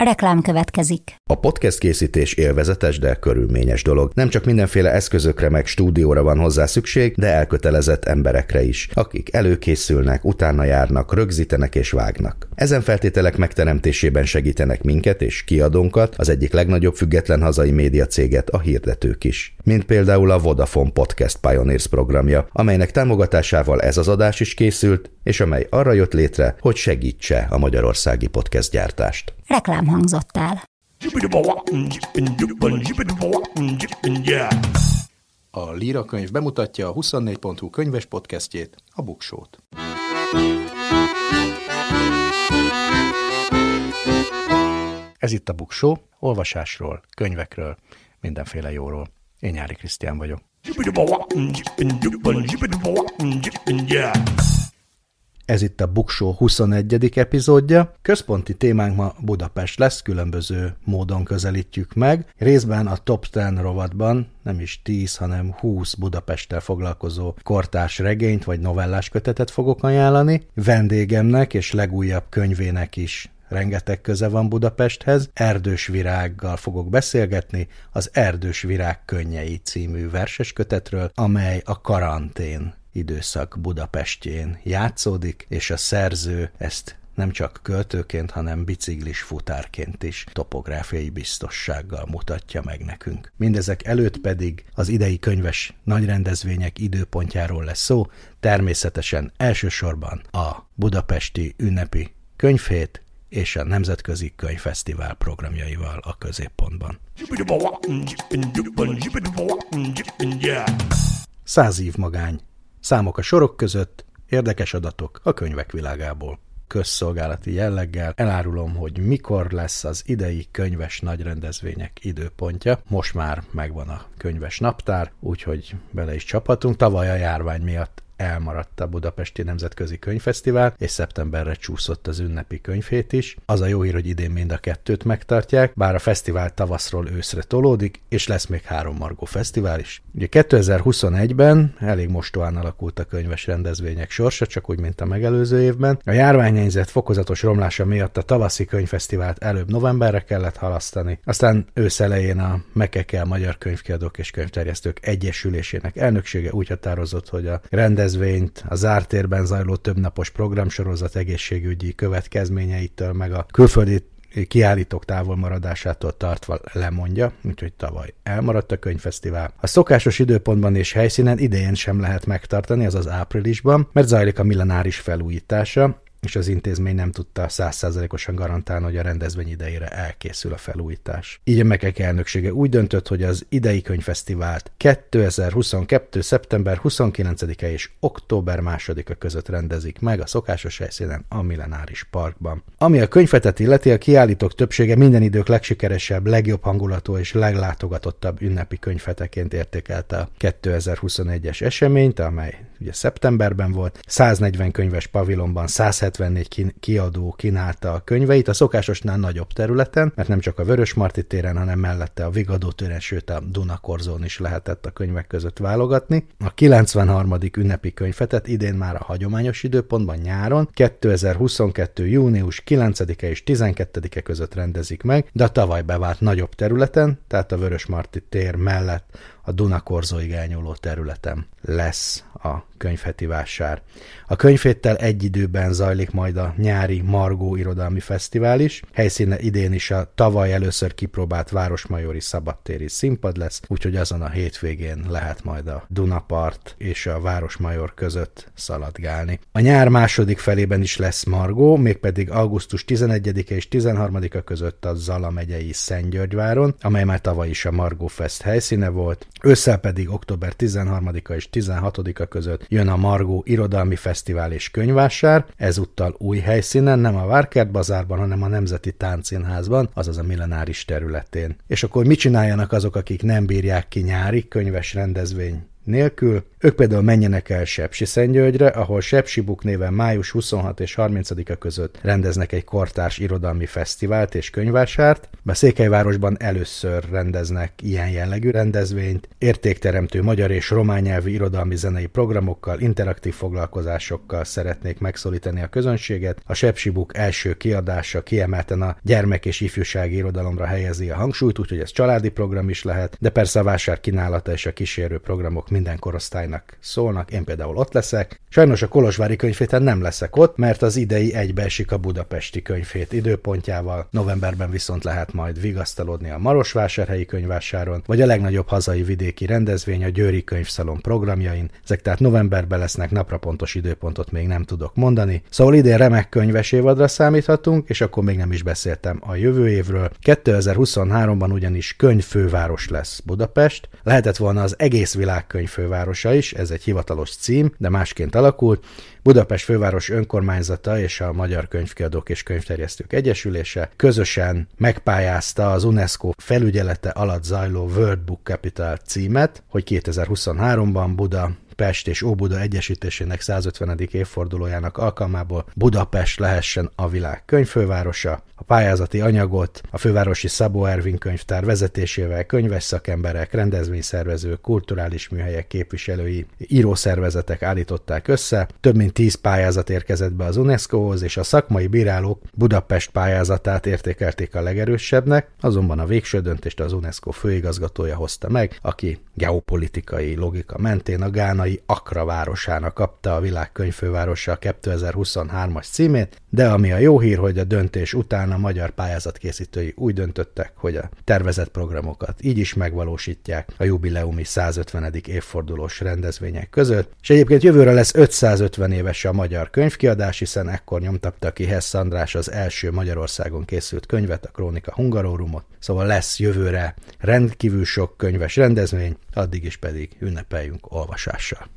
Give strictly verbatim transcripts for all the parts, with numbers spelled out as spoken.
Reklám következik. A podcast készítés élvezetes, de körülményes dolog. Nem csak mindenféle eszközökre meg stúdióra van hozzá szükség, de elkötelezett emberekre is, akik előkészülnek, utána járnak, rögzítenek és vágnak. Ezen feltételek megteremtésében segítenek minket és kiadónkat, az egyik legnagyobb független hazai médiacéget, a hirdetők is. Mint például a Vodafone Podcast Pioneers programja, amelynek támogatásával ez az adás is készült, és amely arra jött létre, hogy segítse a magyarországi podcast gyártást. Reklám hangzott el. A Líra könyv bemutatja a huszonnégy pont hu könyves podcastjét, a Buksót. Ez itt a Buksó, olvasásról, könyvekről, mindenféle jóról. Én Nyári Krisztián vagyok. Ez itt a Buksó huszonegyedik epizódja. Központi témánk ma Budapest lesz, különböző módon közelítjük meg. Részben a Top tíz rovatban nem is tíz, hanem húsz Budapesttel foglalkozó kortárs regényt vagy novellás kötetet fogok ajánlani. Vendégemnek és legújabb könyvének is rengeteg köze van Budapesthez. Erdős Virággal fogok beszélgetni az Erdős Virág könnyei című verseskötetről, amely a karantén időszak Budapestjén játszódik, és a szerző ezt nem csak költőként, hanem biciklis futárként is topográfiai biztossággal mutatja meg nekünk. Mindezek előtt pedig az idei könyves nagyrendezvények időpontjáról lesz szó, természetesen elsősorban a budapesti ünnepi könyvhét és a Nemzetközi Könyvfesztivál programjaival a középpontban. Száz év magány. Számok a sorok között, érdekes adatok a könyvek világából. Közszolgálati jelleggel elárulom, hogy mikor lesz az idei könyves nagyrendezvények időpontja. Most már megvan a könyves naptár, úgyhogy bele is csaphatunk. Tavaly a járvány miatt elmaradt a Budapesti Nemzetközi Könyvfesztivál, és szeptemberre csúszott az ünnepi könyvhét is. Az a jó hír, hogy idén mind a kettőt megtartják, bár a fesztivál tavaszról őszre tolódik, és lesz még három Margó fesztivál is. Ugye kétezer-huszonegyben elég mostohán alakult a könyves rendezvények sorsa, csak úgy, mint a megelőző évben. A járványhelyzet fokozatos romlása miatt a tavaszi könyvfesztivált előbb novemberre kellett halasztani, aztán ősz elején a Mekekel Magyar Könyvkiadók és Könyvterjesztők Egyesülésének elnöksége úgy határozott, hogy a rendezvényt a zárt térben zajló többnapos programsorozat egészségügyi következményeitől meg a külföldi kiállítók távolmaradásától tartva lemondja, úgyhogy tavaly elmaradt a könyvfesztivál. A szokásos időpontban és helyszínen idején sem lehet megtartani, azaz áprilisban, mert zajlik a millenáris felújítása, és az intézmény nem tudta száz százalékosan garantálni, hogy a rendezvény idejére elkészül a felújítás. Így a Mekek elnöksége úgy döntött, hogy az idei könyvfesztivált kétezer-huszonkettő. szeptember huszonkilencedike és október másodika között rendezik meg a szokásos helyszínen, a Millenáris Parkban. Ami a könyvhetet illeti, a kiállítók többsége minden idők legsikeresebb, legjobb hangulatú és leglátogatottabb ünnepi könyvheteként értékelte a kétezer-huszonegyes eseményt, amely ugye szeptemberben volt. száznegyven könyves pavilonban százhetvennégy kiadó kínálta a könyveit, a szokásosnál nagyobb területen, mert nem csak a Vörösmarty téren, hanem mellette a Vigadó téren, sőt a Dunakorzón is lehetett a könyvek között válogatni. A kilencvenharmadik ünnepi könyvhetet idén már a hagyományos időpontban nyáron, kétezer-huszonkettő. június kilencedike és tizenkettedike között rendezik meg, de a tavaly bevált nagyobb területen, tehát a Vörösmarty tér mellett a Dunakorzóig elnyúló területen lesz a könyvheti vásár. A könyvhéttel egy időben zajlik majd a nyári Margó irodalmi fesztivál is. Helyszíne idén is a tavaly először kipróbált városmajori szabadtéri színpad lesz, úgyhogy azon a hétvégén lehet majd a Dunapart és a Városmajor között szaladgálni. A nyár második felében is lesz Margó, mégpedig augusztus tizenegyedike és tizenharmadika között a Zala megyei Szentgyörgyváron, amely már tavaly is a Margó Fest helyszíne volt. Ősszel pedig október tizenharmadika és tizenhatodika között jön a Margó Irodalmi Fesztivál és Könyvvásár, ezúttal új helyszínen, nem a Várkert Bazárban, hanem a Nemzeti Táncszínházban, azaz a Millenáris területén. És akkor mit csináljanak azok, akik nem bírják ki nyári könyves rendezvény nélkül. Ők például menjenek el Sepsiszentgyörgyre, ahol Sepsibuk néven május huszonhatodika és harmincadika között rendeznek egy kortárs irodalmi fesztivált és könyvvásárt. A Székelyvárosban először rendeznek ilyen jellegű rendezvényt, értékteremtő magyar és román nyelvű irodalmi zenei programokkal, interaktív foglalkozásokkal szeretnék megszólítani a közönséget. A Sepsibuk első kiadása kiemelten a gyermek- és ifjúsági irodalomra helyezi a hangsúlyt, úgyhogy ez családi program is lehet, de persze a vásár kínálata és a kísérő programok minden korosztálynak szólnak, én például ott leszek. Sajnos a kolozsvári könyvhéten nem leszek ott, mert az idei egybeesik a budapesti könyvhét időpontjával, novemberben viszont lehet majd vigasztalodni a Marosvásárhelyi könyvvásáron, vagy a legnagyobb hazai vidéki rendezvény a Győri Könyvszalon programjain. Ezek tehát novemberben lesznek, napra pontos időpontot még nem tudok mondani. Szóval idén remek könyves évadra számíthatunk, és akkor még nem is beszéltem a jövő évről. kétezer-huszonháromban ugyanis könyvfőváros lesz Budapest. Lehetett volna az egész világ könyvfővárosa is, ez egy hivatalos cím, de másként alakult. Budapest főváros önkormányzata és a Magyar Könyvkiadók és Könyvterjesztők Egyesülése közösen megpályázta az UNESCO felügyelete alatt zajló World Book Capital címet, hogy kétezer-huszonháromban Buda, Pest és Óbuda egyesítésének százötvenedik évfordulójának alkalmából Budapest lehessen a világ könyvfővárosa. A pályázati anyagot a fővárosi Szabó Ervin könyvtár vezetésével könyves szakemberek, rendezvényszervezők, kulturális műhelyek képviselői, írószervezetek állították össze. Több mint tíz pályázat érkezett be az UNESCO-hoz, és a szakmai bírálók Budapest pályázatát értékelték a legerősebbnek, azonban a végső döntést az UNESCO főigazgatója hozta meg, aki geopolitikai logika mentén a gánai Accra városának kapta a világ könyvfővárosa kétezer-huszonhármas címét, de ami a jó hír, hogy a döntés után a magyar pályázatkészítői úgy döntöttek, hogy a tervezett programokat így is megvalósítják a jubileumi százötvenedik évfordulós rendezvények között, és egyébként jövőre lesz ötszázötven éves a magyar könyvkiadás, hiszen ekkor nyomtatta ki Hess András az első Magyarországon készült könyvet, a Chronica Hungarorumot, szóval lesz jövőre rendkívül sok könyves rendezvény, addig is pedig ünnepeljünk olvasással.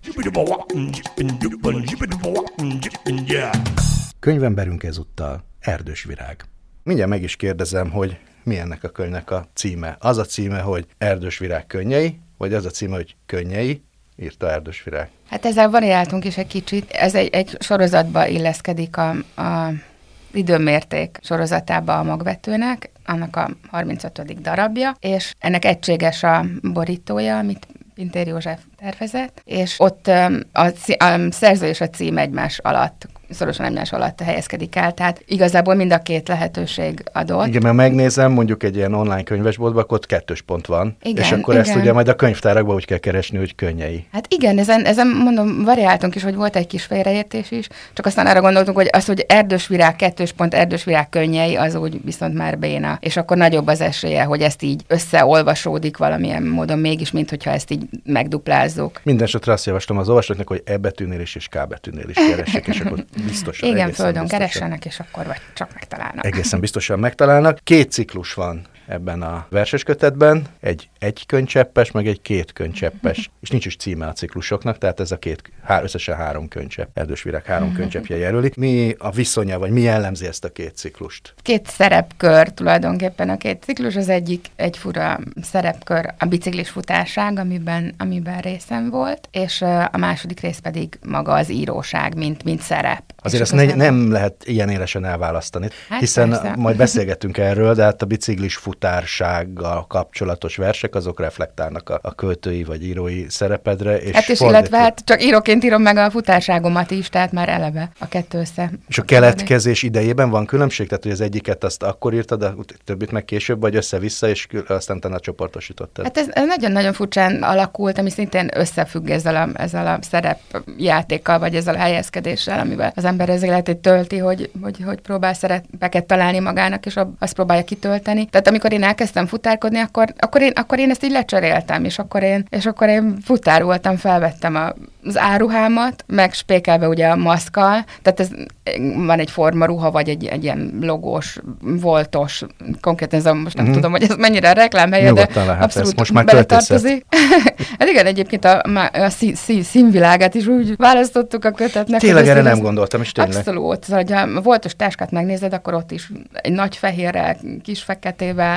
Könyvemberünk ezúttal Erdős Virág. Mindjárt meg is kérdezem, hogy mi ennek a könyvnek a címe. Az a címe, hogy Erdős Virág könnyei, vagy az a címe, hogy Könnyei, írta Erdős Virág? Hát ezzel variáltunk is egy kicsit. Ez egy, egy sorozatba illeszkedik a, a időmérték sorozatába a magvetőnek, annak a harmincötödik darabja, és ennek egységes a borítója, amit Pintér József tervezett, és ott a, a szerző és a cím egymás alatt, szorosan egymás alatt helyezkedik el, tehát igazából mind a két lehetőség adott. Igen, mert megnézem, mondjuk egy ilyen online könyvesboltban, akkor ott kettős pont van, igen, és akkor igen. Ezt ugye majd a könyvtárakban úgy kell keresni, hogy Könnyei. Hát igen, ezen, ezen mondom, variáltunk is, hogy volt egy kis félreértés is, csak aztán arra gondoltunk, hogy az, hogy Erdős Virág, kettős pont Erdős Virág Könnyei, az úgy viszont már béna, és akkor nagyobb az esélye, hogy ezt így összeolvasódik valamilyen módon mégis, mint hogyha ezt így megduplázzuk. Mindenesetre azt javaslom az olvasóknak, hogy E betűnél is és K betűnél is keressék, és akkor biztosan. Igen, földön biztosan. keressenek, és akkor vagy csak megtalálnak. Egészen biztosan megtalálnak. Két ciklus van ebben a verses kötetben, egy egy könycseppes, meg egy két könycseppes, és nincs is címe a ciklusoknak, tehát ez a két, há, összesen három könycsepp, Erdős Virág három könycseppje jelöli. Mi a viszonya, vagy mi jellemzi ezt a két ciklust? Két szerepkör tulajdonképpen a két ciklus, az egyik egy fura szerepkör, a biciklis futárság, amiben, amiben részem volt, és a második rész pedig maga az íróság, mint, mint szerep. Azért ezt ne, nem lehet ilyen élesen elválasztani, hát hiszen persze. Majd beszélgetünk erről, de hát a biciklis futársággal kapcsolatos versek, azok reflektálnak a, a költői vagy írói szerepedre. És hát és illetve hát csak íróként írom meg a futárságomat is, tehát már eleve a kettő össze. És a keletkezés idejében van különbség? Tehát, hogy az egyiket azt akkor írtad, a többit meg később, vagy össze-vissza, és aztán te csoportosítottad? Hát ez, ez nagyon-nagyon furcsán alakult, ami szintén összefügg ezzel a, ezzel a szerepjátékkal, vagy ezzel a helyezkedéssel, amivel az ember az életét tölti, hogy, hogy, hogy próbál szerepeket találni magának, és azt próbálja kitölteni. Tehát amikor én elkezdtem futárkodni, akkor, akkor, én, akkor én ezt így lecseréltem, és akkor én, és akkor én futár voltam, felvettem a, az áruhámat, meg spékelve ugye a maszkkal, tehát ez van egy formaruha, vagy egy, egy ilyen logós, voltos, konkrétan ez a, most nem mm-hmm. tudom, hogy ez mennyire reklámhelye, de abszolút most már beletartozik. Hát igen, egyébként a, a szín, szín, színvilágát is úgy választottuk a kötetnek. Tényleg erre nem gondoltam, és tényleg. Abszolút. Szóval, ha a voltos táskát megnézed, akkor ott is egy nagy fehérrel, kis feketével,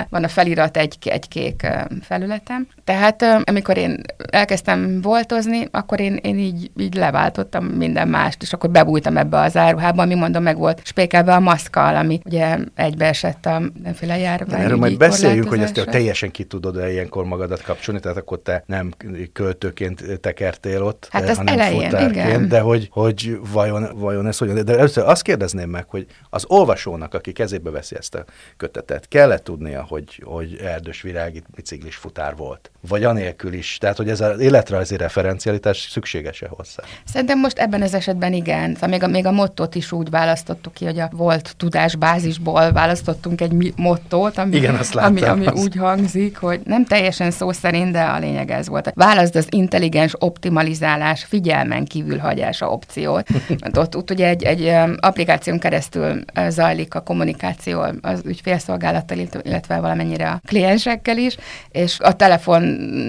a, van a felirat egy, egy kék felületem. Tehát amikor én elkezdtem voltozni, akkor én, én így, így leváltottam minden mást, és akkor bebújtam ebbe az áruhába, ami mondom, meg volt spékelve a maszkkal, ami ugye egybeesett a mindenféle járvány. Erről majd beszéljünk, hogy ezt teljesen ki tudod-e ilyenkor magadat kapcsolni, tehát akkor te nem költőként tekertél ott, hát az hanem elején, futárként, igen. de hogy, hogy vajon, vajon ez hogyan. De először azt kérdezném meg, hogy az olvasónak, aki kezébe veszi ezt a kötetet, kellett tudnia, hogy, hogy Erdős Virág itt biciklis futár volt? Vagy anélkül is? Tehát, hogy ez az életrajzi referencialitás szükséges-e hozzá? Szerintem most ebben az esetben igen. Szóval még a, még a mottót is úgy választottuk ki, hogy a volt tudásbázisból választottunk egy mottót, ami, igen, azt ami, ami úgy hangzik, hogy nem teljesen szó szerint, de a lényeg ez volt. Válaszd az intelligens optimalizálás figyelmen kívül hagyása opciót. Ott, ott ugye egy, egy applikáción keresztül zajlik a kommunikáció az ügyfélszolgálattal, illetve valamennyire a kliensekkel is, és a telefon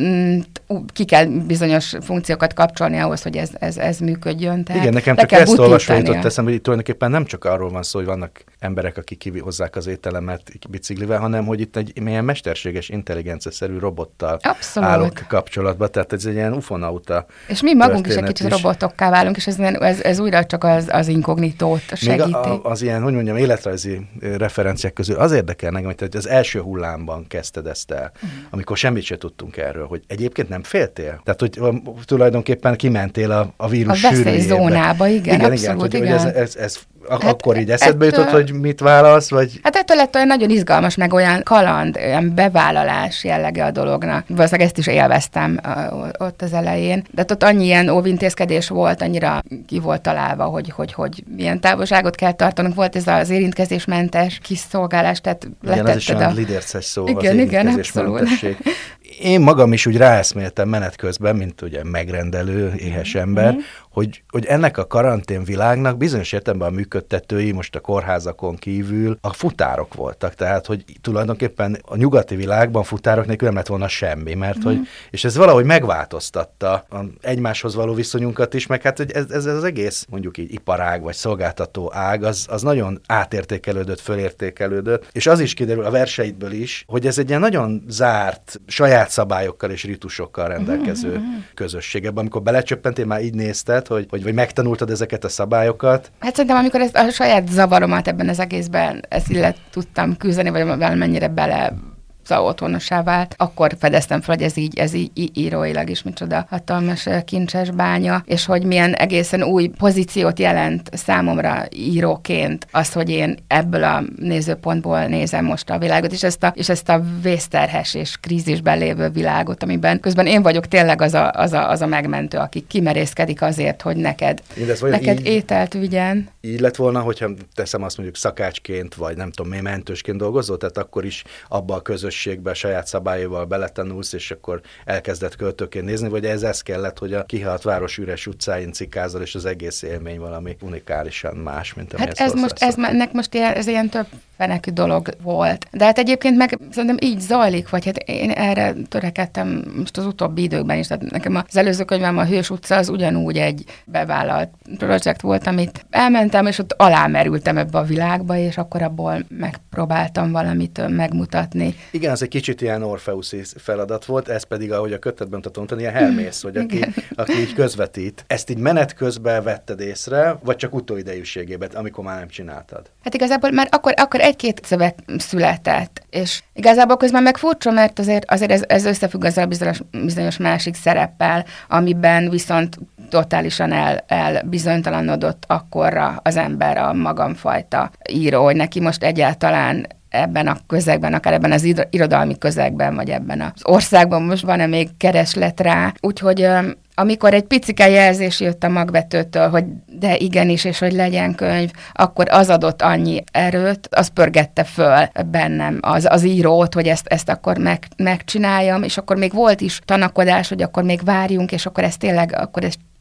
ki kell bizonyos funkciókat kapcsolni ahhoz, hogy ez, ez, ez működjön. Tehát igen, nekem csak ezt olvasva jutott eszembe, hogy tulajdonképpen nem csak arról van szó, hogy vannak emberek, akik kihozzák az ételemet biciklivel, hanem hogy itt egy milyen mesterséges, intelligencia-szerű robottal abszolút állok kapcsolatba, tehát ez egy ilyen ufonauta. És mi magunk is egy kicsit is. robotokká válunk, és ez, ez, ez újra csak az, az inkognitót segíti. Még a, az ilyen, hogy mondjam, életrajzi referenciák közül az érdekel nekem, hogy az első hullámban kezdted ezt el, mm. amikor semmit se tudtunk erről, hogy egyébként nem féltél? Tehát, hogy tulajdonképpen kimentél a, a vírus a veszélyzónába, igen, igen, abszolút, igen. igen. Hogy ez, ez, ez hát akkor így eszedbe ettől, jutott, hogy mit válasz, vagy... Hát ettől lett olyan nagyon izgalmas, meg olyan kaland, olyan bevállalás jellege a dolognak. Valószínűleg ezt is élveztem uh, ott az elején. De ott annyi ilyen óvintézkedés volt, annyira ki volt találva, hogy, hogy, hogy milyen távolságot kell tartanunk. Volt ez az érintkezésmentes kis szolgálás, tehát igen, ez is olyan a... lidérces szó, igen, az igen, érintkezésmentesség. Én magam is úgy ráeszméltem menet közben, mint ugye megrendelő, éhes ember, mm-hmm. hogy, hogy ennek a karanténvilágnak bizonyos értelemben a működtetői most a kórházakon kívül a futárok voltak. Tehát, hogy tulajdonképpen a nyugati világban futárok nélkül nem lett volna semmi, mert mm-hmm. hogy, és ez valahogy megváltoztatta a egymáshoz való viszonyunkat is, meg hát hogy ez, ez az egész mondjuk így iparág vagy szolgáltató ág, az, az nagyon átértékelődött, fölértékelődött, és az is kiderül a verseidből is, hogy ez egy ilyen nagyon zárt, saját szabályokkal és ritusokkal rendelkező mm-hmm. közösségben. Amikor belecsöppentél, már így nézted, hogy, hogy vagy megtanultad ezeket a szabályokat? Hát szerintem, amikor ezt, a saját zavaromat ebben az egészben ezt illet tudtam küzdeni, vagy valamennyire bele szóval otthonossá vált, akkor fedeztem fel, hogy ez így, ez így íróilag is micsoda hatalmas kincses bánya, és hogy milyen egészen új pozíciót jelent számomra íróként az, hogy én ebből a nézőpontból nézem most a világot, és ezt a, és ezt a vészterhes és krízisben lévő világot, amiben közben én vagyok tényleg az a, az a, az a megmentő, aki kimerészkedik azért, hogy neked, neked így, ételt vigyen. Így lett volna, hogyha teszem azt mondjuk szakácsként, vagy nem tudom, mély mentősként dolgozol, tehát akkor is abba a közösségbe a saját szabályaival beletanulsz, és akkor elkezdett költőként nézni, vagy ez ez kellett, hogy a kihalt város üres utcáin cikázol, és az egész élmény valami unikálisan más, mint ami hát ez most, ez ennek most ilyen, ez ilyen több fenekű dolog volt. De hát egyébként meg szerintem így zajlik, vagy hát én erre törekedtem most az utóbbi időkben is. Tehát nekem az előző könyvem, a Hős utca, az ugyanúgy egy bevállalt projekt volt, amit elmentem, és ott alámerültem ebbe a világba, és akkor abból megpróbáltam valamit megmutatni. Igen, az egy kicsit ilyen Orfeuszi feladat volt, ez pedig, ahogy a kötetben mutatom, ilyen Hermész, hogy aki, aki így közvetít. Ezt így menet közben vetted észre, vagy csak utóidejűségében, amikor már nem csináltad? Hát igazából már akkor, akkor egy-két szöveg született, és igazából közben meg furcsa, mert azért, azért ez, ez összefügg azzal a bizonyos, bizonyos másik szereppel, amiben viszont totálisan el, elbizonytalanodott akkorra az ember, a magamfajta író, hogy neki most egyáltalán ebben a közegben, akár ebben az irodalmi közegben, vagy ebben az országban most van-e még kereslet rá. Úgyhogy amikor egy picike jelzés jött a magvetőtől, hogy de igenis, és hogy legyen könyv, akkor az adott annyi erőt, az pörgette föl bennem az, az írót, hogy ezt, ezt akkor meg, megcsináljam, és akkor még volt is tanakodás, hogy akkor még várjunk, és akkor ez tényleg, akkor ez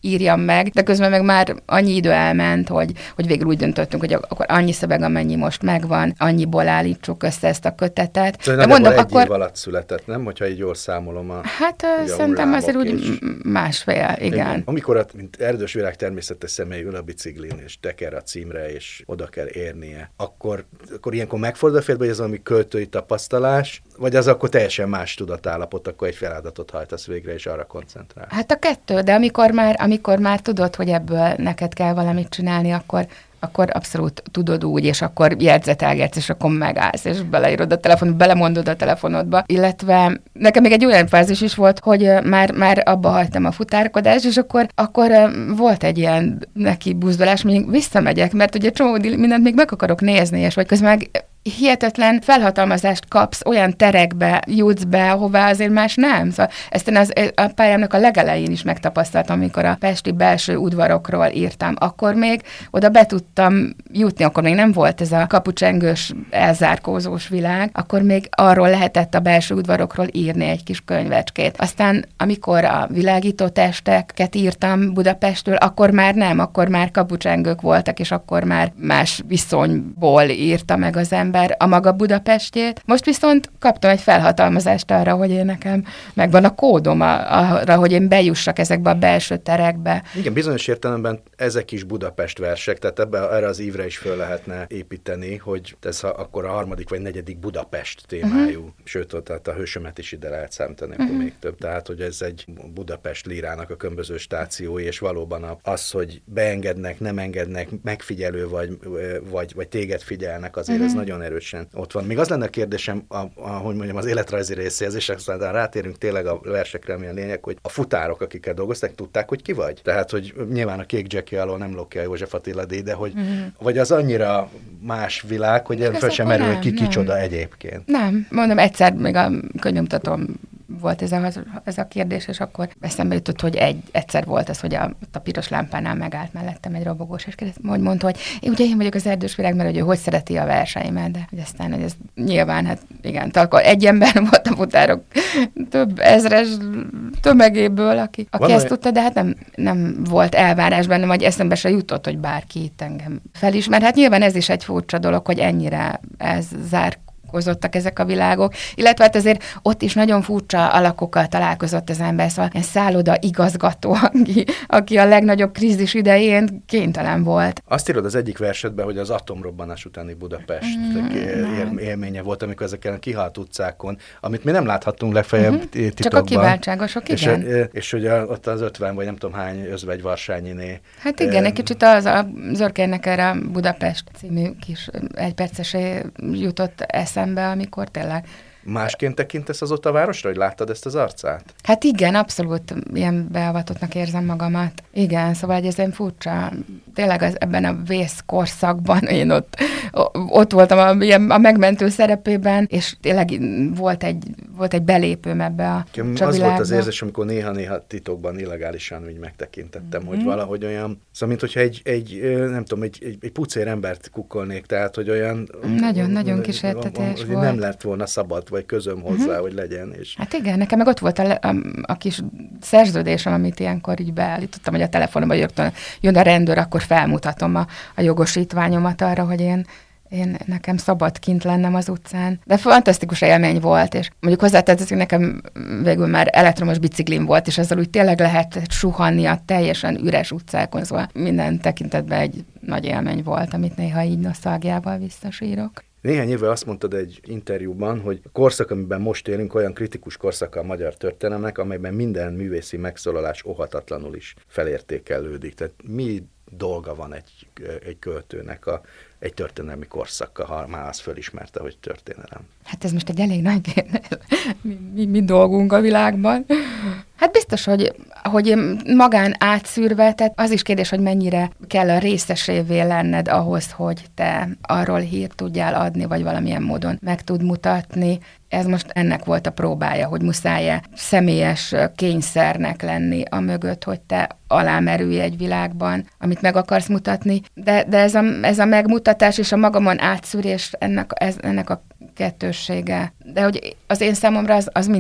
írjam meg, de közben meg már annyi idő elment, hogy, hogy végül úgy döntöttünk, hogy akkor annyi szöveg, amennyi most megvan, annyiból állítsuk össze ezt a kötetet. Szóval de mondom, egy akkor... év alatt született, nem? Hogyha így jól számolom a... Hát szerintem azért úgy és... másfél, igen. igen. Amikor, mint Erdős Virág természetes személy ül a biciklin, és teker a címre, és oda kell érnie, akkor, akkor ilyenkor megfordul a félbe, hogy ez valami költői tapasztalás, vagy az akkor teljesen más tudatállapot, akkor egy feladatot hajtasz végre, és arra koncentrál. Hát a kettő, de amikor már, amikor már tudod, hogy ebből neked kell valamit csinálni, akkor akkor abszolút tudod úgy, és akkor jegyzetelgetsz, és akkor megállsz, és beleírod a telefonot, belemondod a telefonodba. Illetve nekem még egy olyan fázis is volt, hogy már, már abba hagytam a futárkodást, és akkor, akkor volt egy ilyen neki buzdulás, még visszamegyek, mert ugye csomó mindent még meg akarok nézni, és vagy közben meg hihetetlen felhatalmazást kapsz, olyan terekbe jutsz be, ahová azért más nem. Szóval ezt én az, a pályámnak a legelején is megtapasztaltam, amikor a pesti belső udvarokról írtam. Akkor még oda be tudtam jutni, akkor még nem volt ez a kapucsengős, elzárkózós világ, akkor még arról lehetett a belső udvarokról írni egy kis könyvecskét. Aztán, amikor a világító testeket írtam Budapestről, akkor már nem, akkor már kapucsengők voltak, és akkor már más viszonyból írta meg az ember a maga Budapestjét. Most viszont kaptam egy felhatalmazást arra, hogy én nekem megvan a kódom arra, hogy én bejussak ezekbe a belső terekbe. Igen, bizonyos értelemben ezek is Budapest versek, tehát ebbe, erre az ívre is föl lehetne építeni, hogy ez a, akkor a harmadik vagy negyedik Budapest témájú, uh-huh. sőt, tehát a hősömet is ide lehet számítani, akkor uh-huh. még több. Tehát, hogy ez egy Budapest lírának a különböző stációi, és valóban az, hogy beengednek, nem engednek, megfigyelő vagy, vagy, vagy téged figyelnek, azért uh-huh. ez nagyon erősen ott van. Még az lenne a kérdésem, a, a, hogy mondjam, az életrajzi részéhez, és aztán rátérünk tényleg a versekre, ami a lényeg, hogy a futárok, akikkel dolgoztak, tudták, hogy ki vagy? Tehát, hogy nyilván a Kék Jackie alól nem lókja a József Attila díj, de hogy mm-hmm. vagy az annyira más világ, hogy fel sem merül, hogy ki kicsoda egyébként. Nem, mondom, egyszer még a könyvmutatóm volt ez a, ez a kérdés, és akkor eszembe jutott, hogy egy, egyszer volt az, hogy a, a piros lámpánál megállt mellettem egy robogós, és kérdez, hogy mondta, hogy én, ugye én vagyok az Erdős Virág, mert hogy ő hogy szereti a verseimet, de hogy aztán, hogy ez nyilván, hát igen, akkor egy ember volt a futárok több ezres tömegéből, aki, aki ezt tudta, de hát nem, nem volt elvárás bennem, vagy eszembe se jutott, hogy bárki itt engem felismer. Hát nyilván ez is egy furcsa dolog, hogy ennyire ez zár találkozottak ezek a világok, illetve hát azért ott is nagyon furcsa alakokkal találkozott az ember, szóval ilyen szálloda igazgató, aki, aki a legnagyobb krízis idején kénytelen volt. Azt írod az egyik versetben, hogy az atomrobbanás utáni Budapest mm, él, élménye volt, amikor ezeken a kihalt utcákon, amit mi nem láthattunk legfeljebb mm-hmm. titokban. Csak a kiváltságosok, igen. És, és hogy a, ott az ötven, vagy nem tudom hány özvegy Varsányiné. Hát igen, egy kicsit az a Zörkérnek erre a Budapest című kis egypercesé jutott eszembe, amikor tényleg... Másként tekintesz azóta a városra, hogy láttad ezt az arcát? Hát igen, abszolút ilyen beavatottnak érzem magamat. Igen, szóval ez ilyen furcsa. Tényleg az, ebben a vészkorszakban én ott, ott voltam a, ilyen, a megmentő szerepében, és tényleg volt egy, volt egy belépőm ebbe a csavilágba. Az volt az érzés, amikor néha-néha titokban illegálisan úgy megtekintettem, mm-hmm. hogy valahogy olyan, szóval mint hogyha egy, egy nem tudom, egy, egy, egy pucér embert kukkolnék, tehát, hogy olyan... Nagyon-nagyon kísértetés volt. Nem lett volna szabad, vagy közöm hozzá, uh-huh. hogy legyen. És... Hát igen, nekem meg ott volt a, a, a kis szerződésem, amit ilyenkor így beállítottam, hogy a telefonomban rögtön jön a rendőr, akkor felmutatom a, a jogosítványomat arra, hogy én, én nekem szabad kint lennem az utcán. De fantasztikus élmény volt, és mondjuk hozzátetszik, hogy nekem végül már elektromos biciklim volt, és ezzel úgy tényleg lehet suhanni a teljesen üres utcákon, szóval minden tekintetben egy nagy élmény volt, amit néha így nosztalgiával visszasírok. Néhány éve azt mondtad egy interjúban, hogy a korszak, amiben most élünk, olyan kritikus korszaka a magyar történelemnek, amelyben minden művészi megszólalás óhatatlanul is felértékelődik. Tehát mi dolga van egy, egy költőnek a, egy történelmi korszakkal, ha már azt fölismerte, hogy történelem? Hát ez most egy elég nagy kérdés. Mi, mi, mi dolgunk a világban? Hát biztos, hogy, hogy magán átszűrve, tehát az is kérdés, hogy mennyire kell a részesévé lenned ahhoz, hogy te arról hírt tudjál adni, vagy valamilyen módon meg tud mutatni. Ez most ennek volt a próbája, hogy muszáj-e személyes kényszernek lenni a mögött, hogy te alámerülj egy világban, amit meg akarsz mutatni. De, de ez, a, ez a megmutatás és a magamon átszűrés ennek, ez, ennek a kettőssége. De hogy az én számomra az, az mindig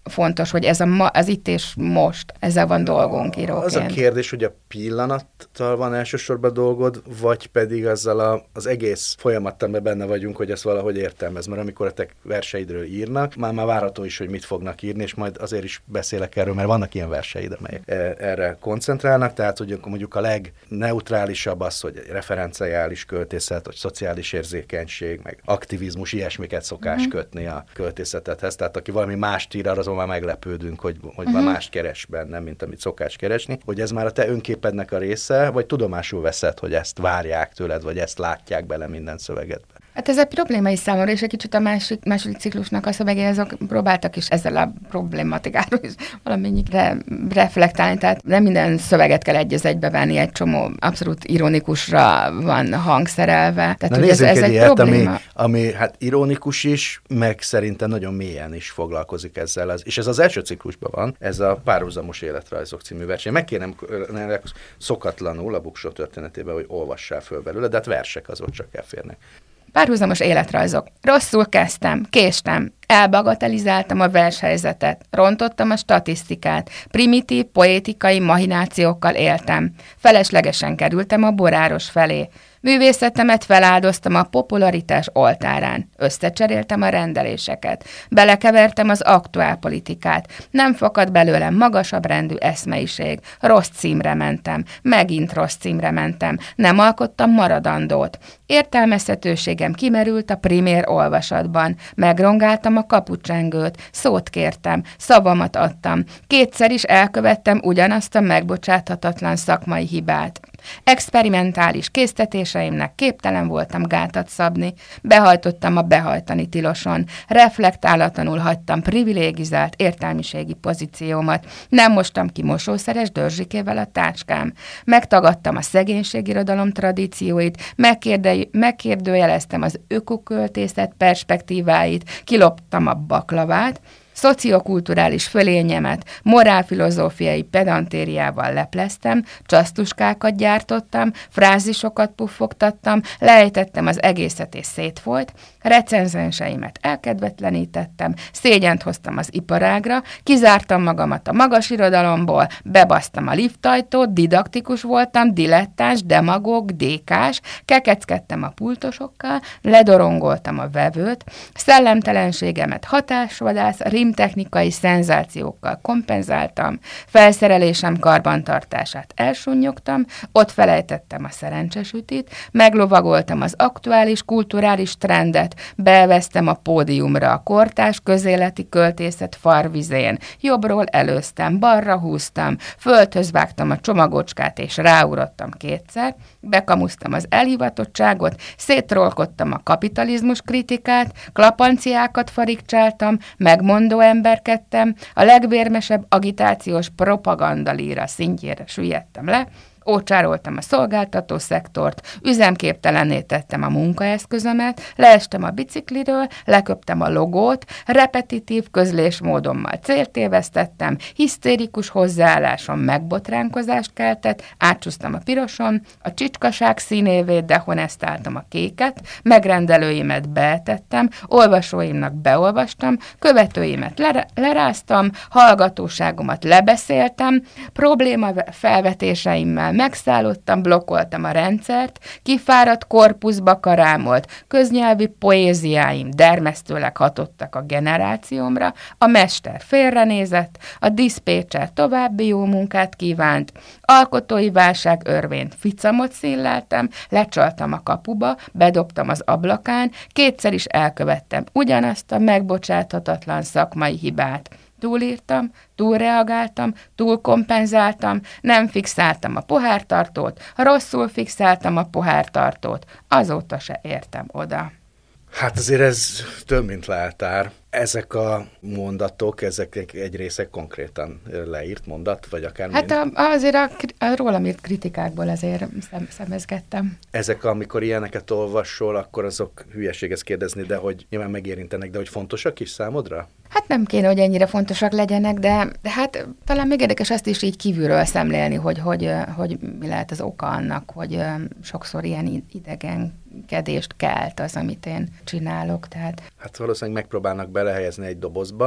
fontos, hogy ez a ma, az itt és most, ezzel van dolgunk íróként. Az a kérdés, hogy a pillanattal van elsősorban dolgod, vagy pedig azzal a, az egész folyamattal benne vagyunk, hogy ezt valahogy értelmez, mert amikor a te verseidről írnak, már már várható is, hogy mit fognak írni, és majd azért is beszélek erről, mert vannak ilyen verseid, amelyek erre koncentrálnak, tehát hogy mondjuk a legneutrálisabb az, hogy referenciális költészet, hogy szociális érzékenység, meg aktivizmus, ilyesmiket szokás mm-hmm. kötni a költészetedhez, tehát aki valami mást ír, azon már meglepődünk, hogy, hogy uh-huh. már mást keres benne, mint amit szokás keresni, hogy ez már a te önképednek a része, vagy tudomásul veszed, hogy ezt várják tőled, vagy ezt látják bele minden szövegedbe? Hát ez egy probléma is számomra, és egy kicsit a másik, második ciklusnak a szövegei, azok próbáltak is ezzel a problématikáról is valamennyire reflektálni, tehát nem minden szöveget kell egy az egybe venni, egy csomó abszolút ironikusra van hangszerelve. Tehát, na nézzünk ez, ez egy, egy ilyet, ami, ami hát ironikus is, meg szerintem nagyon mélyen is foglalkozik ezzel. Az, és ez az első ciklusban van, ez a Párhuzamos életrajzok című verseny. Megkérem szokatlanul a Buksó történetében, hogy olvassál föl belőle, de hát versek azok csak elférnek. Párhuzamos életrajzok. Rosszul kezdtem, késtem, elbagatelizáltam a vershelyzetet, rontottam a statisztikát, primitív, poétikai mahinációkkal éltem. Feleslegesen kerültem a boráros felé. Művészetemet feláldoztam a popularitás oltárán. Összecseréltem a rendeléseket. Belekevertem az aktuálpolitikát. Nem fakad belőlem magasabb rendű eszmeiség. Rossz címre mentem. Megint rossz címre mentem. Nem alkottam maradandót. Értelmezhetőségem kimerült a primér olvasatban. Megrongáltam a kapucsengőt. Szót kértem. Szavamat adtam. Kétszer is elkövettem ugyanazt a megbocsáthatatlan szakmai hibát. Experimentális késztetéseimnek képtelen voltam gátat szabni, behajtottam a behajtani tiloson, reflektálatlanul hagytam privilégizált értelmiségi pozíciómat, nem mostam ki mosószeres dörzsikével a táskám, megtagadtam a szegénységirodalom tradícióit, megkérde- megkérdőjeleztem az ökoköltészet perspektíváit, kiloptam a baklavát, szociokulturális fölényemet morálfilozófiai pedantériával lepleztem, csasztuskákat gyártottam, frázisokat puffogtattam, lejtettem az egészet és szétfolyt, recenzenseimet elkedvetlenítettem, szégyent hoztam az iparágra, kizártam magamat a magas irodalomból, bebasztam a liftajtót, didaktikus voltam, dilettáns, demagóg, dékás, kekeckedtem a pultosokkal, ledorongoltam a vevőt, szellemtelenségemet hatásvadász, rimtechnikai szenzációkkal kompenzáltam, felszerelésem karbantartását elsunnyogtam, ott felejtettem a szerencsesütit, meglovagoltam az aktuális kulturális trendet, beveztem a pódiumra a kortárs közéleti költészet farvizén, jobbról előztem, balra húztam, földhöz vágtam a csomagocskát és ráugrottam kétszer, bekamusztam az elhivatottságot, szétrolkodtam a kapitalizmus kritikát, klapanciákat farigcsáltam, megmondó emberkedtem, a legvérmesebb agitációs propagandalíra szintjére süllyedtem le, ócsároltam a szolgáltató szektort, üzemképtelenné tettem a munkaeszközömet, leestem a bicikliről, leköptem a logót, repetitív közlésmódommal céltévesztettem, hisztérikus hozzáállásom megbotránkozást keltett, átcsúsztam a piroson, a csicskaság színévé dehonestáltam a kéket, megrendelőimet beetettem, olvasóimnak beolvastam, követőimet ler- leráztam, hallgatóságomat lebeszéltem, probléma felvetéseimmel megszállottam, blokkoltam a rendszert, kifáradt korpuszba karámolt, köznyelvi poéziáim dermesztőleg hatottak a generációmra, a mester félrenézett, a diszpécser további jó munkát kívánt, alkotói válság örvént ficamot színleltem, lecsaltam a kapuba, bedobtam az ablakán, kétszer is elkövettem ugyanazt a megbocsáthatatlan szakmai hibát. Túlírtam, túlreagáltam, túlkompenzáltam, nem fixáltam a pohártartót, rosszul fixáltam a pohártartót, azóta se értem oda. Hát azért ez több, mint leltár. Ezek a mondatok, ezek egy része konkrétan leírt mondat, vagy akár Hát a, azért a, a rólam írt kritikákból azért szem, szemezgettem. Ezek, amikor ilyeneket olvasol, akkor azok hülyeség ezt kérdezni, de hogy nyilván megérintenek, de hogy fontosak is számodra? Hát nem kéne, hogy ennyire fontosak legyenek, de, de hát talán még érdekes azt is így kívülről szemlélni, hogy, hogy, hogy mi lehet az oka annak, hogy sokszor ilyen idegenkedést kelt az, amit én csinálok. Tehát... Hát valószínűleg megpróbálnak belehelyezni egy dobozba,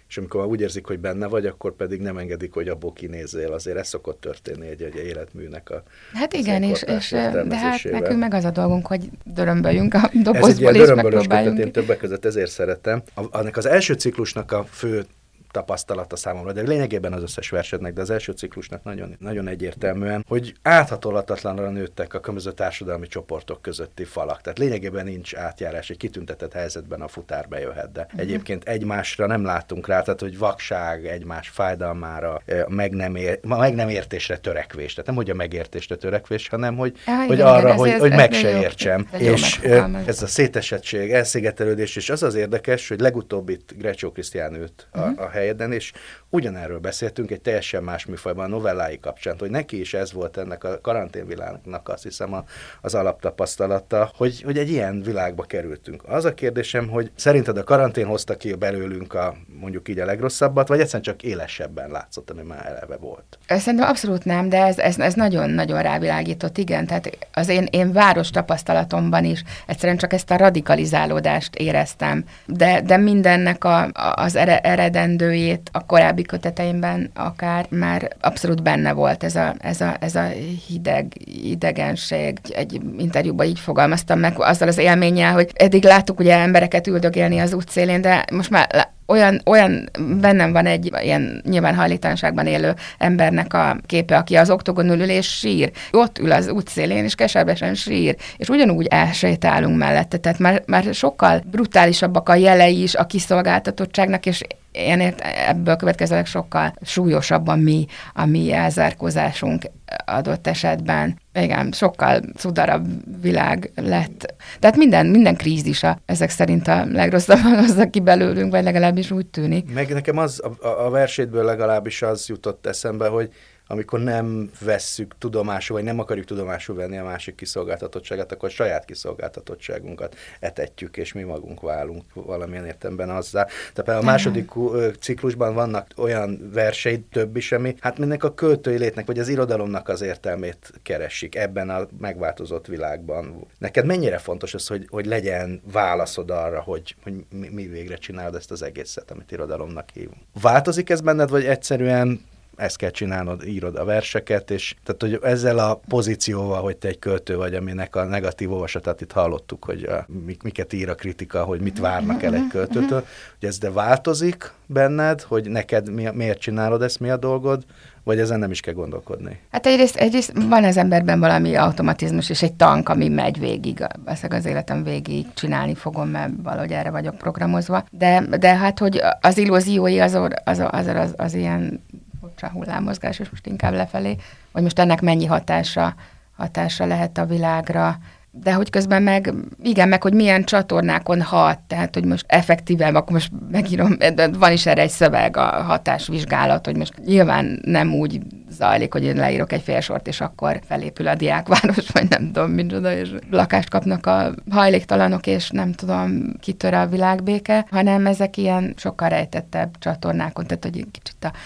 és amikor úgy érzik, hogy benne vagy, akkor pedig nem engedik, hogy abból kinézzél. Azért ez szokott történni egy, egy életműnek a Hát igen, és, és de hát nekünk meg az a dolgunk, hogy dörömböljünk a dobozból, ez egy ilyen és dörömbölős megpróbáljunk. Én többek között ezért szeretem. A, annak az első ciklusnak a fő tapasztalata számomra, de lényegében az összes versednek, de az első ciklusnak nagyon, nagyon egyértelműen, hogy áthatolhatatlanra nőttek a különböző társadalmi csoportok közötti falak. Tehát lényegében nincs átjárás, egy kitüntetett helyzetben a futár bejöhet, de uh-huh. egyébként egymásra nem látunk rá, tehát hogy vakság, egymás fájdalmára, meg nem, ér, meg nem értésre törekvés. Tehát nem, hogy a megértésre törekvés, hanem hogy, ja, hogy igen, arra, ez, hogy, ez, hogy ez meg ez se jó, értsem. ez És ez a jó szétesettség, elszigetelődés, és az az érdekes, hogy legutóbb itt Greccio Krisztián ült uh-huh. a, a helyeden, és ugyanerről beszéltünk egy teljesen más műfajban, a novellái kapcsán, hogy neki is ez volt ennek a karanténvilágnak, azt hiszem, a, az alaptapasztalata, hogy, hogy egy ilyen világba kerültünk. Az a kérdésem, hogy szerinted a karantén hozta ki belőlünk a, mondjuk így a legrosszabbat, vagy egyszerűen csak élesebben látszott, ami már eleve volt? Szerintem abszolút nem, de ez, ez, ez nagyon-nagyon rávilágított, igen. Tehát az én, én város tapasztalatomban is egyszerűen csak ezt a radikalizálódást éreztem, de, de mindennek a, az eredendőjét a korábbi köteteimben akár már abszolút benne volt ez a, ez a, ez a hideg, idegenség. Egy interjúban így fogalmaztam meg azzal az élménnyel, hogy eddig láttuk ugye embereket üldögélni az útszélén, de most már olyan, olyan bennem van egy ilyen nyilván hajléktalanságban élő embernek a képe, aki az oktogonon ül és sír. Ott ül az útszélén, és keservesen sír, és ugyanúgy elsétálunk mellette. Tehát már, már sokkal brutálisabbak a jelei is a kiszolgáltatottságnak, és én ért, ebből következőleg sokkal súlyosabb a mi, a mi elzárkózásunk adott esetben. Igen, sokkal cudarabb világ lett. Tehát minden, minden krízisa ezek szerint a legrosszabban hozza ki belőlünk, vagy legalábbis úgy tűnik. Meg nekem az, a, a versétből legalábbis az jutott eszembe, hogy amikor nem vesszük tudomásul, vagy nem akarjuk tudomásul venni a másik kiszolgáltatottságát, akkor saját kiszolgáltatottságunkat etetjük, és mi magunk válunk valamilyen értelemben azzá. Tehát a második ciklusban vannak olyan versei, több is, ami hát mindenek a költői létnek, vagy az irodalomnak az értelmét keresik ebben a megváltozott világban. Neked mennyire fontos az, hogy, hogy legyen válaszod arra, hogy, hogy mi, mi végre csinálod ezt az egészet, amit irodalomnak hívunk? Változik ez benned, vagy egyszerűen ezt kell csinálnod, írod a verseket, és tehát, hogy ezzel a pozícióval, hogy te egy költő vagy, aminek a negatív olvasatát itt hallottuk, hogy a, miket ír a kritika, hogy mit várnak el egy költőtől, hogy ez de változik benned, hogy neked mi, miért csinálod ezt, mi a dolgod, vagy ezen nem is kell gondolkodni? Hát egyrészt, egyrészt van az emberben valami automatizmus, és egy tank, ami megy végig, az életem végig csinálni fogom, mert valahogy erre vagyok programozva. De, de hát, hogy az illúziói az az, az, az, az, az ilyen a hullámozgás, és most inkább lefelé, hogy most ennek mennyi hatása, hatása lehet a világra, de hogy közben meg, igen, meg hogy milyen csatornákon hat, tehát hogy most effektíve, akkor most megírom, van is erre egy szöveg, a hatásvizsgálat, hogy most nyilván nem úgy zajlik, hogy én leírok egy félsort, és akkor felépül a diákváros, vagy nem tudom, micsoda, és lakást kapnak a hajléktalanok, és nem tudom, kitör a világbéke, hanem ezek ilyen sokkal rejtettebb csatornákon, tehát hogy kicsit a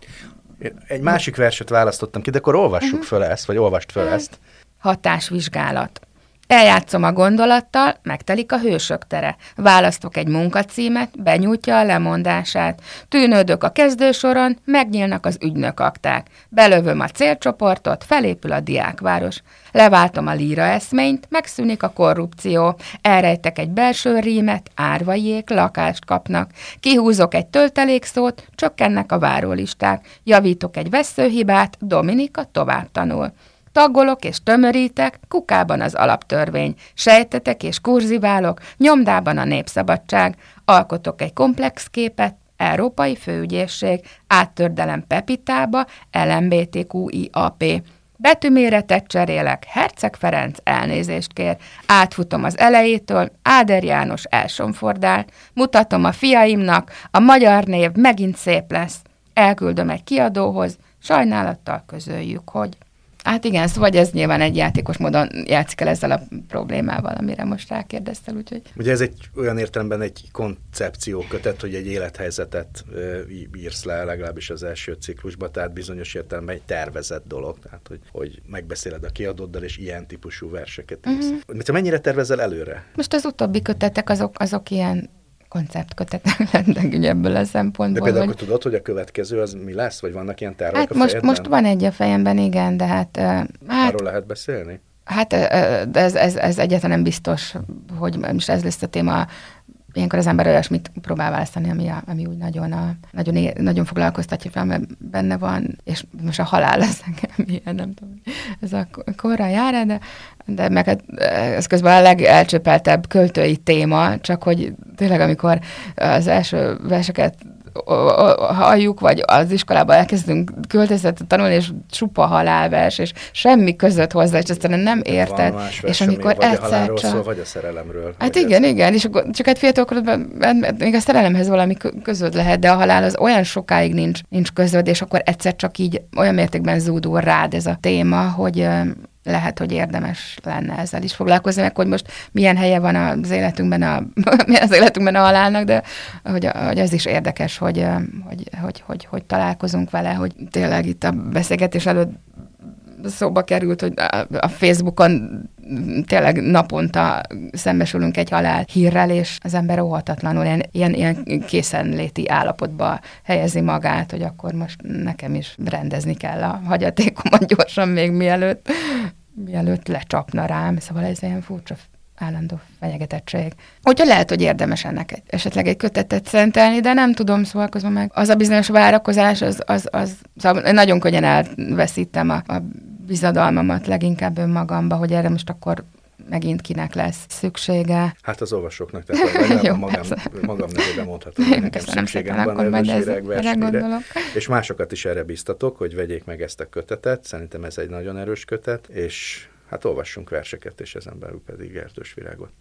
Egy másik verset választottam ki, de akkor olvassuk uh-huh. föl ezt, vagy olvast föl ezt. Hatásvizsgálat. Eljátszom a gondolattal, megtelik a hősök tere. Választok egy munkacímet, benyújtja a lemondását. Tűnődök a kezdősoron, megnyílnak az ügynökakták. Belövöm a célcsoportot, felépül a diákváros. Leváltom a líra eszményt, megszűnik a korrupció. Elrejtek egy belső rímet, árvaiék lakást kapnak. Kihúzok egy töltelékszót, csökkennek a várólisták. Javítok egy vesszőhibát, Dominika tovább tanul. Taggolok és tömörítek, kukában az alaptörvény, sejtetek és kurziválok, nyomdában a népszabadság, alkotok egy komplex képet, Európai Főügyészség, áttördelem Pepitába, el em bé té kú i á pé. Betűméretet cserélek, Herceg Ferenc elnézést kér, átfutom az elejétől, Áder János elsomfordál, mutatom a fiaimnak, a magyar név megint szép lesz. Elküldöm egy kiadóhoz, sajnálattal közöljük, hogy... Hát igen, szóval ez nyilván egy játékos módon játszik el ezzel a problémával, amire most rákérdeztel, úgyhogy... Ugye ez egy olyan értelemben egy koncepciókötet, hogy egy élethelyzetet írsz le, legalábbis az első ciklusban, tehát bizonyos értelemben egy tervezett dolog, tehát hogy, hogy megbeszéled a kiadóddal, és ilyen típusú verseket írsz. Uh-huh. Mennyire tervezel előre? Most az utóbbi kötetek azok, azok ilyen konceptkötetek lettek ugye ebből a szempontból. De például hogy... tudod, hogy a következő az mi lesz? Vagy vannak ilyen tervek hát a most, fejedben? most van egy a fejemben, igen, de hát... hát Arról lehet beszélni? Hát de ez, ez, ez egyáltalán nem biztos, hogy most ez lesz a téma. Ilyenkor az ember olyasmit próbál választani, ami, a, ami úgy nagyon, a, nagyon, é, nagyon foglalkoztatja fel, mert benne van, és most a halál az nekem ilyen, nem tudom, ez a korra jár, de, de meg ez közben a legelcsöpeltebb költői téma, csak hogy tényleg amikor az első verseket halljuk, vagy az iskolában elkezdünk költészetet tanulni, és csupa halálvers, és semmi között hozzá, és aztán nem érted. És amikor vagy egyszer a halálról csak... szól, vagy a szerelemről. Hát igen, ez... igen, és akkor csak egy fiatalkorodban még a szerelemhez valami közöd lehet, de a halál az olyan sokáig nincs, nincs közöd, és akkor egyszer csak így olyan mértékben zúdul rád ez a téma, hogy lehet, hogy érdemes lenne ezzel is foglalkozni, meg hogy most milyen helye van az életünkben a, az életünkben a halálnak, de hogy, hogy ez is érdekes, hogy, hogy, hogy, hogy, hogy találkozunk vele, hogy tényleg itt a beszélgetés előtt szóba került, hogy a Facebookon tényleg naponta szembesülünk egy halál hírrel, és az ember óhatatlanul ilyen, ilyen, ilyen készenléti állapotba helyezi magát, hogy akkor most nekem is rendezni kell a hagyatékomat gyorsan még mielőtt, mielőtt lecsapna rám. Szóval ez ilyen furcsa állandó fenyegetettség. Úgyhogy lehet, hogy érdemes ennek egy, esetleg egy kötetet szentelni, de nem tudom, szóval közben meg az a bizonyos várakozás, az, az, az szóval nagyon könnyen elveszítem a, a bizadalmamat leginkább önmagamba, hogy erre most akkor megint kinek lesz szüksége. Hát az olvasóknak, tehát Jó, magam, magam nevében mondhatom, hogy nekem szükségem van erre versmire, és másokat is erre biztatok, hogy vegyék meg ezt a kötetet, szerintem ez egy nagyon erős kötet, és hát olvassunk verseket, és ezen belül pedig Erdős Virágot.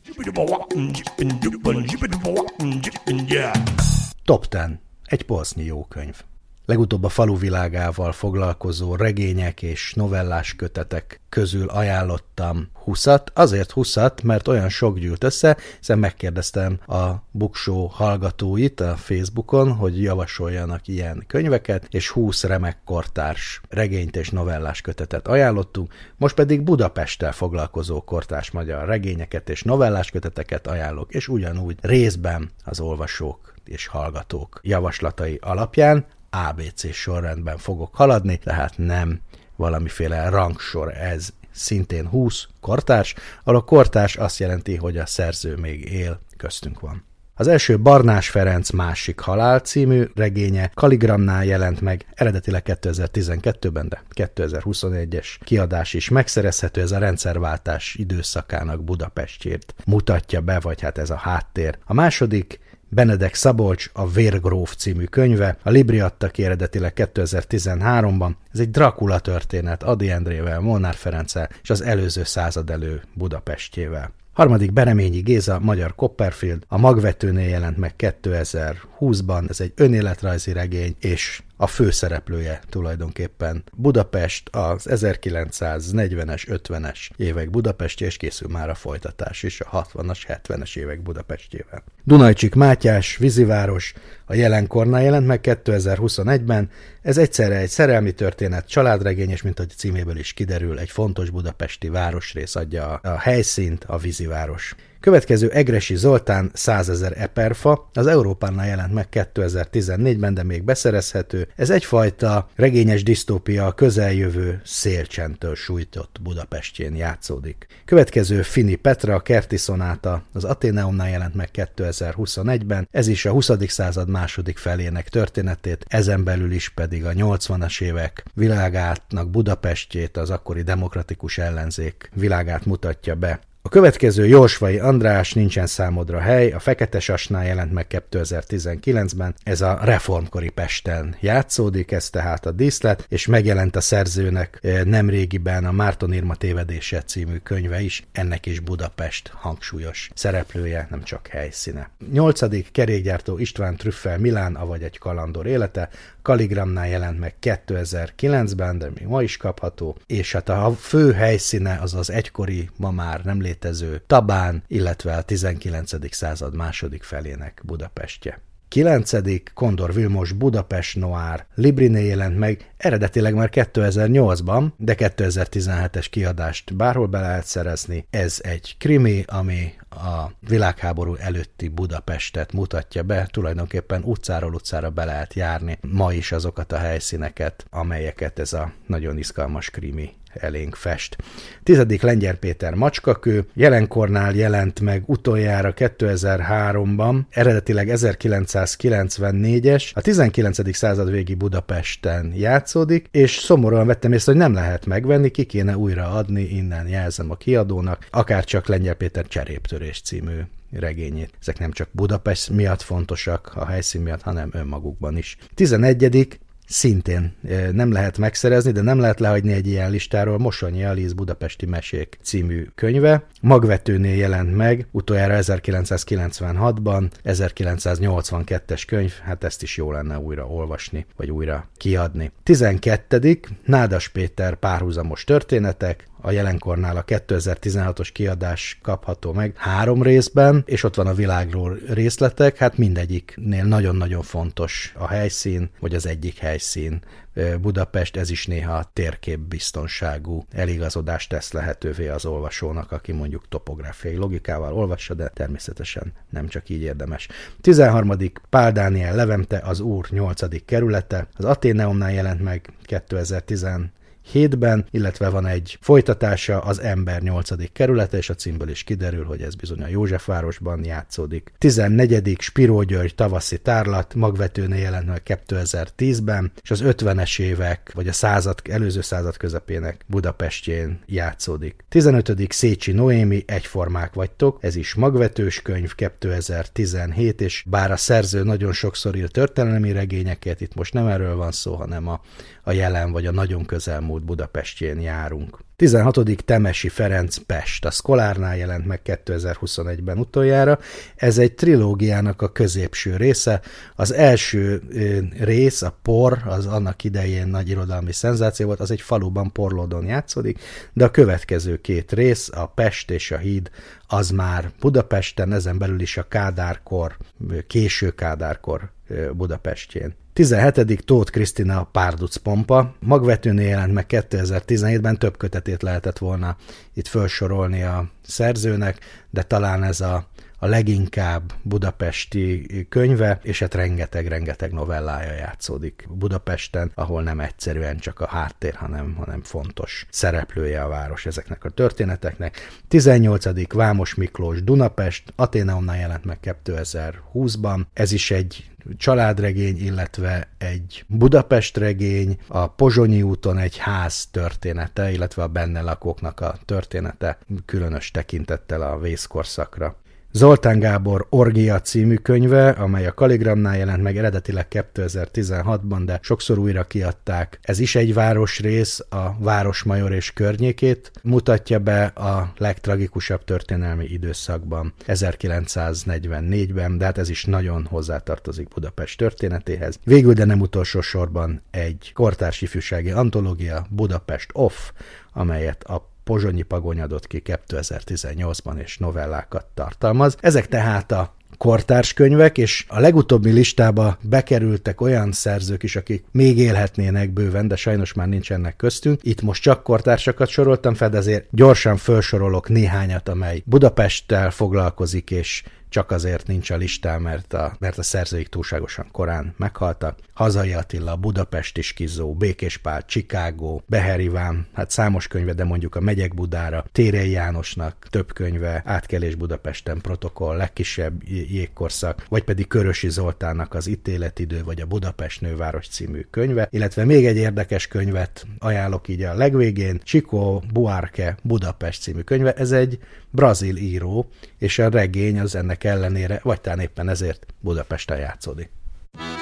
Top tíz. Egy polsznyi jó könyv. Legutóbb a falu világával foglalkozó regények és novellás kötetek közül ajánlottam húszat, azért húszat, mert olyan sok gyűlt össze, hiszen megkérdeztem a Bookshow hallgatóit a Facebookon, hogy javasoljanak ilyen könyveket, és húsz remek kortárs regényt és novellás kötetet ajánlottunk, most pedig Budapesttel foglalkozó kortárs magyar regényeket és novellás köteteket ajánlok, és ugyanúgy részben az olvasók és hallgatók javaslatai alapján á bé cé sorrendben fogok haladni, tehát nem valamiféle rangsor, ez szintén húsz kortárs, ahol a kortárs azt jelenti, hogy a szerző még él, köztünk van. Az első Barnás Ferenc Másik halál című regénye Kaligramnál jelent meg, eredetileg kétezer-tizenkettőben, de kétezer-huszonegyes kiadás is megszerezhető, ez a rendszerváltás időszakának Budapestjét mutatja be, vagy hát ez a háttér. A második Benedek Szabolcs a Vérgróf című könyve, a Libri adta ki eredetileg kétezer-tizenháromban. Ez egy Dracula történet Ady Endrével, Molnár Ferenccel és az előző század elő Budapestjével. Harmadik Bereményi Géza, Magyar Copperfield, a Magvetőnél jelent meg kétezer-húszban, ez egy önéletrajzi regény, és a főszereplője tulajdonképpen Budapest, az ezerkilencszáznegyvenes, ötvenes évek Budapestje, és készül már a folytatás is a hatvanas, hetvenes évek Budapestjével. Dunajcsik Mátyás, Víziváros, a Jelenkornál jelent meg kétezer-huszonegyben, ez egyszerre egy szerelmi történet, családregény, és mint ahogy címéből is kiderül, egy fontos budapesti városrész adja a, a helyszínt, a Víziváros. Következő Egressy Zoltán, százezer eperfa, az Európánál jelent meg kétezer-tizennégyben, de még beszerezhető. Ez egyfajta regényes disztópia, a közeljövő szélcsendtől sújtott Budapestjén játszódik. Következő Fini Petra, a Kerti szonáta, az Athenaeumnál jelent meg kétezer-huszonegyben, ez is a huszadik század második felének történetét, ezen belül is pedig a nyolcvanas évek világátnak Budapestjét, az akkori demokratikus ellenzék világát mutatja be. A következő Jósvai András, Nincsen számodra hely, a Fekete Sasnál jelent meg kétezer-tizenkilencben, ez a reformkori Pesten játszódik, ez tehát a díszlet, és megjelent a szerzőnek nemrégiben a Márton Irma tévedése című könyve is, ennek is Budapest hangsúlyos szereplője, nem csak helyszíne. Nyolcadik Kerékgyártó István Trüffel Milán, avagy egy kalandor élete, Kaligramnál jelent meg kétezer-kilencben, de még ma is kapható, és hát a fő helyszíne az az egykori, ma már nem létező Tabán, illetve a tizenkilencedik század második felének Budapestje. kilencedik Kondor Vilmos Budapest Noir Librinél jelent meg, eredetileg már kétezer-nyolcban, de kétezer-tizenhetes kiadást bárhol be lehet szerezni. Ez egy krimi, ami a világháború előtti Budapestet mutatja be, tulajdonképpen utcáról utcára be lehet járni ma is azokat a helyszíneket, amelyeket ez a nagyon izgalmas krimi elénk fest. Tizedik Lengyel Péter Macskakő, jelenkornál jelent meg utoljára kétezer-háromban, eredetileg ezerkilencszázkilencvennégyes, a tizenkilencedik század végi Budapesten játszódik, és szomorúan vettem észre, hogy nem lehet megvenni, ki kéne újra adni, innen jelzem a kiadónak, akárcsak Lengyel Péter Cseréptörés című regényét. Ezek nem csak Budapest miatt fontosak, a helyszín miatt, hanem önmagukban is. Tizenegyedik szintén nem lehet megszerezni, de nem lehet lehagyni egy ilyen listáról Mosonyi Alisz Budapesti Mesék című könyve. Magvetőnél jelent meg, utoljára ezerkilencszázkilencvenhatban, ezerkilencszáznyolcvankettes könyv, hát ezt is jó lenne újra olvasni, vagy újra kiadni. tizenkettedik Nádas Péter Párhuzamos történetek, a jelenkornál a kétezer-tizenhatos kiadás kapható meg három részben, és ott van a világról részletek, hát mindegyiknél nagyon-nagyon fontos a helyszín, vagy az egyik helyszín. Budapest, ez is néha térképbiztonságú eligazodást tesz lehetővé az olvasónak, aki mondjuk topográfiai logikával olvassa, de természetesen nem csak így érdemes. tizenharmadik Pál Dániel Levente, az Úr nyolcadik kerülete, az Athéneumnál jelent meg kétezer-tizenhétben, illetve van egy folytatása, az Ember nyolcadik kerülete, és a címből is kiderül, hogy ez bizony a Józsefvárosban játszódik. tizennegyedik Spiró György Tavaszi tárlat, Magvetőnél jelent meg kétezer-tízben, és az ötvenes évek, vagy a század, előző század közepének Budapestjén játszódik. tizenötödik Szécsi Noémi, Egyformák vagytok, ez is magvetős könyv, kétezer-tizenhét, és bár a szerző nagyon sokszor ír történelmi regényeket, itt most nem erről van szó, hanem a, a jelen vagy a nagyon közelmúlt Budapestjén járunk. tizenhatodik Temesi Ferenc Pest, a Szkolárnál jelent meg kétezer-huszonegyben utoljára. Ez egy trilógiának a középső része. Az első rész, a Por, az annak idején nagy irodalmi szenzáció volt, az egy faluban, Porlódon játszódik, de a következő két rész, a Pest és a Híd, az már Budapesten, ezen belül is a Kádárkor, késő Kádárkor Budapestjén. tizenhetedik Tóth Krisztina Párduc Pompa. Magvetőnél jelent meg kétezer-tizenhétben, több kötetét lehetett volna itt felsorolni a szerzőnek, de talán ez a, a leginkább budapesti könyve, és hát rengeteg-rengeteg novellája játszódik Budapesten, ahol nem egyszerűen csak a háttér, hanem, hanem fontos szereplője a város ezeknek a történeteknek. tizennyolcadik Vámos Miklós Dunapest, Athéneumnál jelent meg kétezer-húszban. Ez is egy családregény, illetve egy Budapest regény, a Pozsonyi úton egy ház története, illetve a benne lakóknak a története, különös tekintettel a vészkorszakra. Zoltán Gábor Orgia című könyve, amely a Kaligramnál jelent meg eredetileg kétezer-tizenhatban, de sokszor újra kiadták. Ez is egy városrész, a Városmajor és környékét mutatja be a legtragikusabb történelmi időszakban, ezerkilencszáznegyvennégyben, de hát ez is nagyon hozzátartozik Budapest történetéhez. Végül, de nem utolsó sorban egy kortárs ifjúsági antológia, Budapest Off, amelyet a Pozsonyi Pagony adott ki kétezer-tizennyolcban, és novellákat tartalmaz. Ezek tehát a kortárs könyvek, és a legutóbbi listába bekerültek olyan szerzők is, akik még élhetnének bőven, de sajnos már nincsenek köztünk. Itt most csak kortársakat soroltam fel, de azért gyorsan felsorolok néhányat, amely Budapesttel foglalkozik, és csak azért nincs a listán, mert a, mert a szerzőik túlságosan korán meghaltak. Hazai Attila, Budapesti Skizó, Békés Pál, Chicago, Beher Iván, hát számos könyve, de mondjuk a Megyek Budára, Térei Jánosnak több könyve, Átkelés Budapesten, Protokoll, Legkisebb jégkorszak, vagy pedig Körösi Zoltánnak az Ítéletidő, vagy a Budapest Nőváros című könyve, illetve még egy érdekes könyvet ajánlok így a legvégén, Chico Buarque Budapest című könyve, ez egy brazil író, és a regény az ennek ellenére, vagy talán éppen ezért Budapesten játszódik.